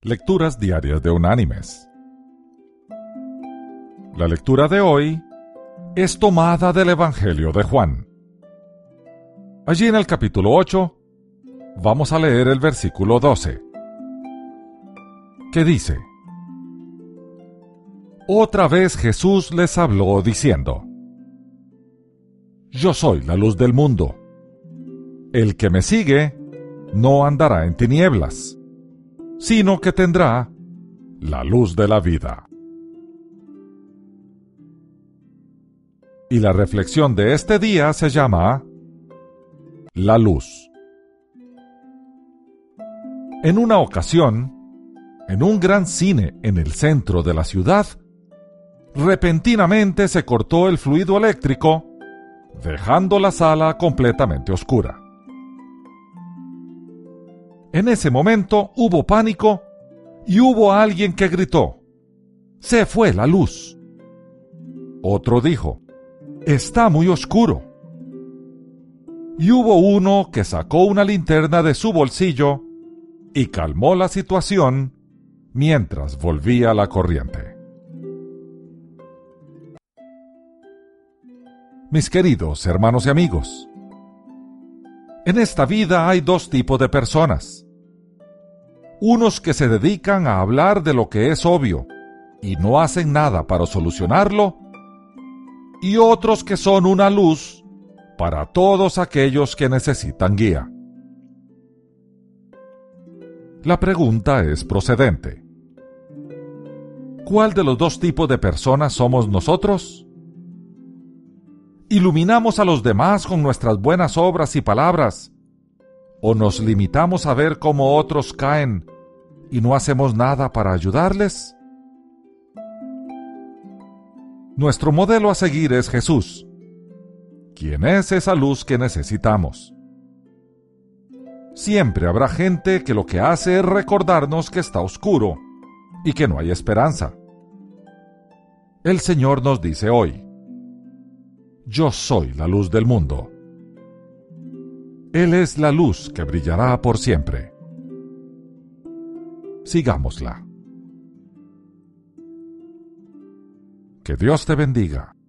Lecturas diarias de Unánimes. La lectura de hoy es tomada del Evangelio de Juan. Allí en el capítulo 8 vamos a leer el versículo 12, que dice: Otra vez Jesús les habló diciendo: Yo soy la luz del mundo. El que me sigue no andará en tinieblas, sino que tendrá la luz de la vida. Y la reflexión de este día se llama La luz. En una ocasión, en un gran cine en el centro de la ciudad, repentinamente se cortó el fluido eléctrico, dejando la sala completamente oscura. En ese momento hubo pánico y hubo alguien que gritó: ¡Se fue la luz! Otro dijo: ¡Está muy oscuro! Y hubo uno que sacó una linterna de su bolsillo y calmó la situación mientras volvía la corriente. Mis queridos hermanos y amigos, en esta vida hay dos tipos de personas. Unos que se dedican a hablar de lo que es obvio y no hacen nada para solucionarlo, y otros que son una luz para todos aquellos que necesitan guía. La pregunta es procedente. ¿Cuál de los dos tipos de personas somos nosotros? ¿Iluminamos a los demás con nuestras buenas obras y palabras? ¿O nos limitamos a ver cómo otros caen y no hacemos nada para ayudarles? Nuestro modelo a seguir es Jesús, quien es esa luz que necesitamos. Siempre habrá gente que lo que hace es recordarnos que está oscuro y que no hay esperanza. El Señor nos dice hoy: Yo soy la luz del mundo. Él es la luz que brillará por siempre. Sigámosla. Que Dios te bendiga.